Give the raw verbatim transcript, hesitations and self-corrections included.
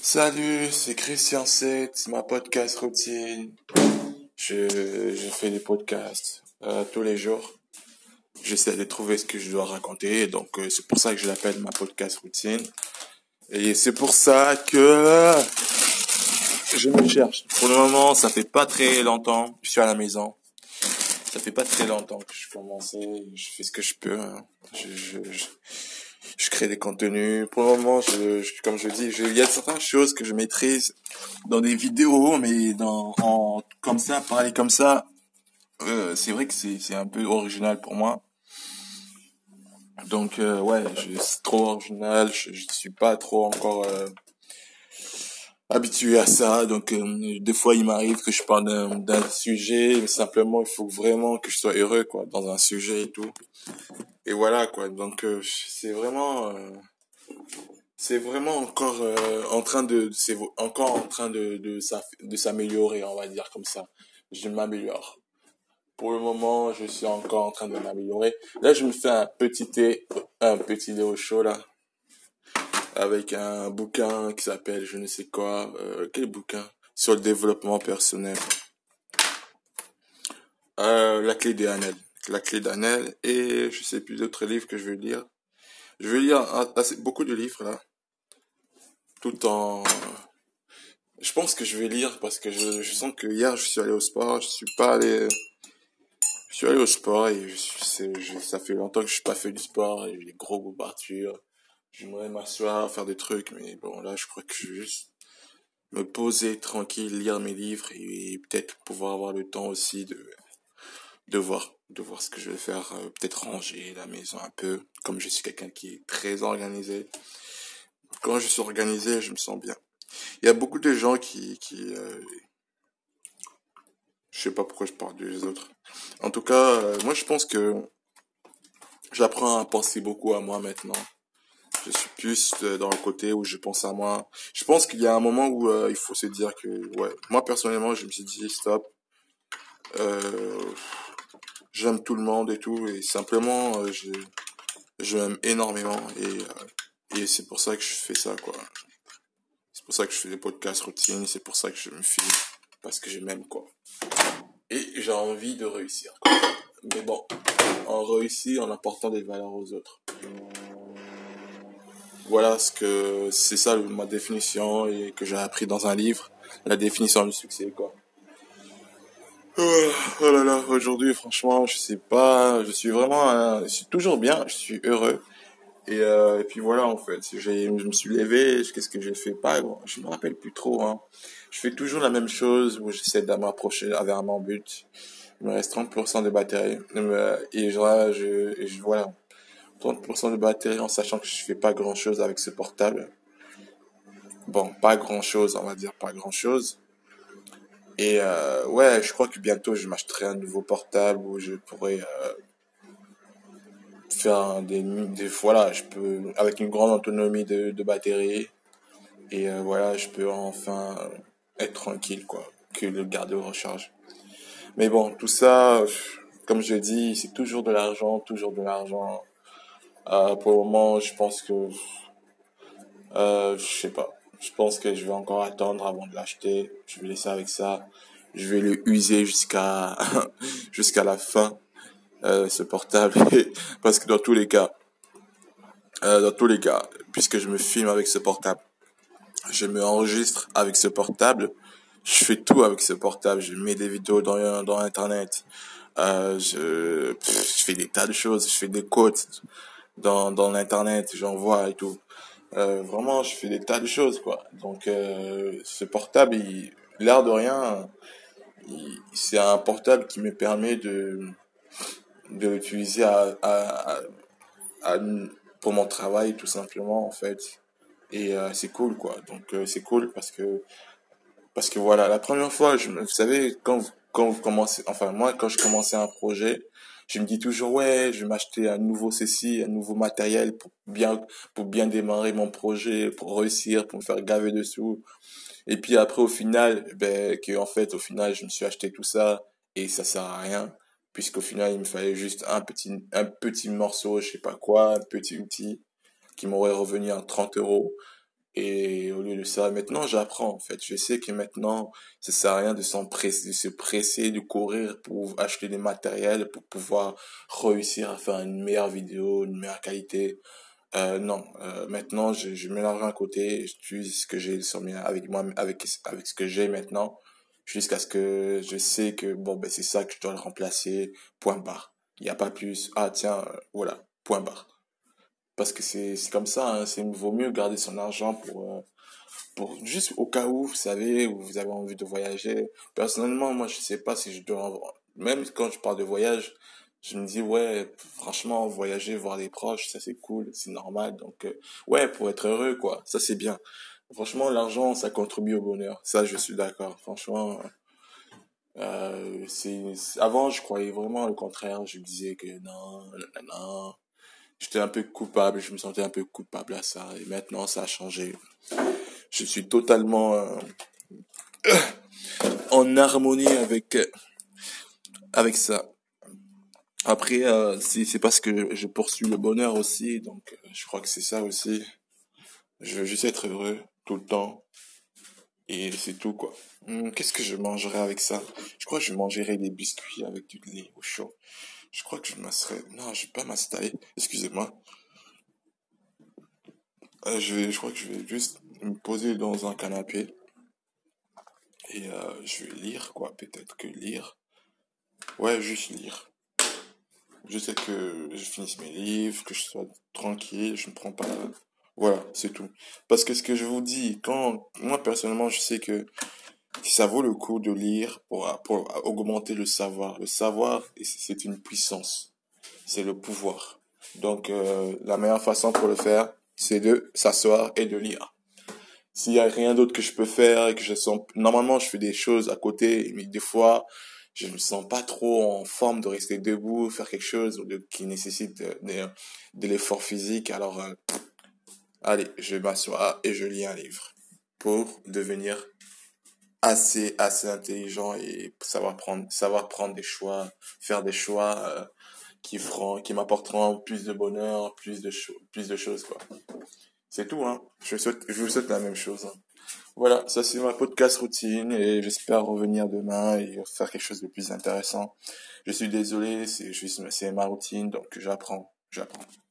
Salut, c'est Christian sept, c'est ma podcast routine. Je, je fais des podcasts euh, tous les jours. J'essaie de trouver ce que je dois raconter, donc euh, c'est pour ça que je l'appelle ma podcast routine. Et c'est pour ça que je me cherche. Pour le moment, ça fait pas très longtemps, je suis à la maison. Ça fait pas très longtemps que je commençais, je fais ce que je peux. Hein. Je, je, je, je crée des contenus. Pour le moment, je, je, comme je dis, je, il y a certaines choses que je maîtrise dans des vidéos, mais dans en comme ça, parler comme ça, euh, c'est vrai que c'est c'est un peu original pour moi. Donc euh, ouais, je, c'est trop original. Je, je suis pas trop encore euh, habitué à ça. Donc euh, des fois, il m'arrive que je parle d'un d'un sujet, mais simplement, il faut vraiment que je sois heureux quoi dans un sujet et tout. Et voilà quoi. Donc euh, c'est vraiment euh, c'est vraiment encore euh, en train de c'est encore en train de de, s'aff- de s'améliorer, on va dire comme ça. Je m'améliore. Pour le moment, je suis encore en train de m'améliorer. Là, je me fais un petit thé, un petit thé au chaud là, avec un bouquin qui s'appelle je ne sais quoi, euh, quel bouquin? Sur le développement personnel. Euh, la clé d'Annel. La clé d'Annel et je sais plus d'autres livres que je vais lire. Je vais lire assez, beaucoup de livres là, tout en je pense que je vais lire parce que je, je sens que hier je suis allé au sport, je suis pas allé, je suis allé au sport et je, suis- c'est- je- ça fait longtemps que je suis pas fait du sport et j'ai des gros courbatures. J'aimerais m'asseoir, faire des trucs, mais bon là je crois que je vais juste me poser tranquille, lire mes livres et, peut-être pouvoir avoir le temps aussi de de voir, de voir ce que je vais faire, euh, peut-être ranger la maison un peu, comme je suis quelqu'un qui est très organisé. Quand je suis organisé, je me sens bien. Il y a beaucoup de gens qui qui euh, je sais pas pourquoi je parle des autres. En tout cas, euh, moi je pense que j'apprends à penser beaucoup à moi maintenant. Je suis plus euh, dans le côté où je pense à moi. Je pense qu'il y a un moment où euh, il faut se dire que, ouais, moi personnellement, je me suis dit stop. Euh, J'aime tout le monde et tout, et simplement, euh, je, je m'aime énormément et euh, et c'est pour ça que je fais ça quoi. C'est pour ça que je fais des podcasts routines. C'est pour ça que je me filme parce que je m'aime quoi. Et j'ai envie de réussir. Quoi. Mais bon, on réussit en apportant des valeurs aux autres. Voilà ce que c'est ça ma définition et que j'ai appris dans un livre, la définition du succès quoi. Oh, oh là là, aujourd'hui franchement, je sais pas, je suis vraiment, euh, je suis toujours bien, je suis heureux et, euh, et puis voilà en fait, j'ai, je me suis levé, qu'est-ce que j'ai fait pas, bon, je me rappelle plus trop hein. Je fais toujours la même chose où j'essaie de m'approcher vers mon but. Il me reste trente pour cent de batterie euh, et je, je, et je voilà. trente pour cent de batterie en sachant que je fais pas grand chose avec ce portable. Bon, pas grand chose, on va dire pas grand chose. Et euh, ouais, je crois que bientôt je m'achèterai un nouveau portable où je pourrai euh, faire des, des voilà, je peux avec une grande autonomie de, de batterie et euh, voilà, je peux enfin être tranquille quoi, que le garder au recharge. Mais bon, tout ça, comme je dis, c'est toujours de l'argent, toujours de l'argent. Euh, pour le moment, je pense que Euh, je sais pas. Je pense que je vais encore attendre avant de l'acheter. Je vais laisser avec ça. Je vais le user jusqu'à jusqu'à la fin euh, ce portable parce que dans tous les cas, euh, dans tous les cas, puisque je me filme avec ce portable, je me enregistre avec ce portable, je fais tout avec ce portable. Je mets des vidéos dans dans internet. Euh, je pff, je fais des tas de choses. Je fais des quotes dans dans l'internet. J'envoie et tout. Euh, vraiment, je fais des tas de choses, quoi. Donc, euh, ce portable, il, l'air de rien, il- c'est un portable qui me permet de, de l'utiliser à, à, à, à- pour mon travail, tout simplement, en fait. Et euh, c'est cool, quoi. Donc, euh, c'est cool parce que, parce que voilà, la première fois, je, me- vous savez, quand vous, quand vous commencez, enfin, moi, quand je commençais un projet, je me dis toujours, ouais, je vais m'acheter un nouveau ceci, un nouveau matériel pour bien, pour bien démarrer mon projet, pour réussir, pour me faire gaver dessous. Et puis après, au final, ben, que, en fait, au final, je me suis acheté tout ça et ça sert à rien. Puisqu'au final, il me fallait juste un petit, un petit morceau, je sais pas quoi, un petit outil qui m'aurait revenu à trente euros. Et au lieu de ça, maintenant j'apprends en fait. Je sais que maintenant, ça sert à rien de s'en presser, de se presser, de courir pour acheter des matériels pour pouvoir réussir à faire une meilleure vidéo, une meilleure qualité. Euh, non, euh, maintenant je, je mets l'argent à côté, j'utilise ce que j'ai sur mes- avec moi, avec avec ce que j'ai maintenant, jusqu'à ce que je sais que bon ben c'est ça que je dois le remplacer. Point barre. Il n'y a pas plus. Ah tiens, euh, voilà. Point barre. Parce que c'est c'est comme ça, hein, c'est vaut mieux garder son argent pour euh, pour juste au cas où, vous savez, où vous avez envie de voyager. Personnellement, moi, je sais pas si je dois en- même quand je parle de voyage, je me dis ouais, franchement, voyager, voir les proches, ça c'est cool, c'est normal. Donc euh, ouais, pour être heureux quoi, ça c'est bien. Franchement, l'argent, ça contribue au bonheur. Ça, je suis d'accord. Franchement, euh, c'est c'est- avant, je croyais vraiment le contraire. Je me disais que non, non, non, non. J'étais un peu coupable, je me sentais un peu coupable à ça. Et maintenant, ça a changé. Je suis totalement euh, en harmonie avec avec ça. Après, euh, si c'est parce que je poursuis le bonheur aussi, donc euh, je crois que c'est ça aussi. Je veux juste être heureux tout le temps et c'est tout quoi. Hum, qu'est-ce que je mangerais avec ça? Je crois que je mangerais des biscuits avec du lait au chaud. Je crois que je m'asserais. Non, je vais pas m'installer. Excusez-moi. Euh, je vais, je crois que je vais juste me poser dans un canapé et euh, je vais lire quoi. Peut-être que lire. Ouais, juste lire. Je sais que je finisse mes livres, que je sois tranquille, je ne prends pas. Voilà, c'est tout. Parce que ce que je vous dis, quand moi personnellement, je sais que ça vaut le coup de lire pour, pour augmenter le savoir. Le savoir, c'est une puissance, c'est le pouvoir. Donc, euh, la meilleure façon pour le faire, c'est de s'asseoir et de lire. S'il y a rien d'autre que je peux faire et que je sens, normalement, je fais des choses à côté, mais des fois, je me sens pas trop en forme de rester debout, faire quelque chose de, qui nécessite de, de, de l'effort physique. Alors, euh, allez, je m'assois et je lis un livre pour devenir assez, assez intelligent et savoir prendre, savoir prendre des choix, faire des choix, euh, qui feront, qui m'apporteront plus de bonheur, plus de choses, plus de choses, quoi. C'est tout, hein. Je souhaite, je vous souhaite la même chose, hein. Voilà, ça c'est ma podcast routine et j'espère revenir demain et faire quelque chose de plus intéressant. Je suis désolé, c'est juste, c'est ma routine, donc j'apprends, j'apprends.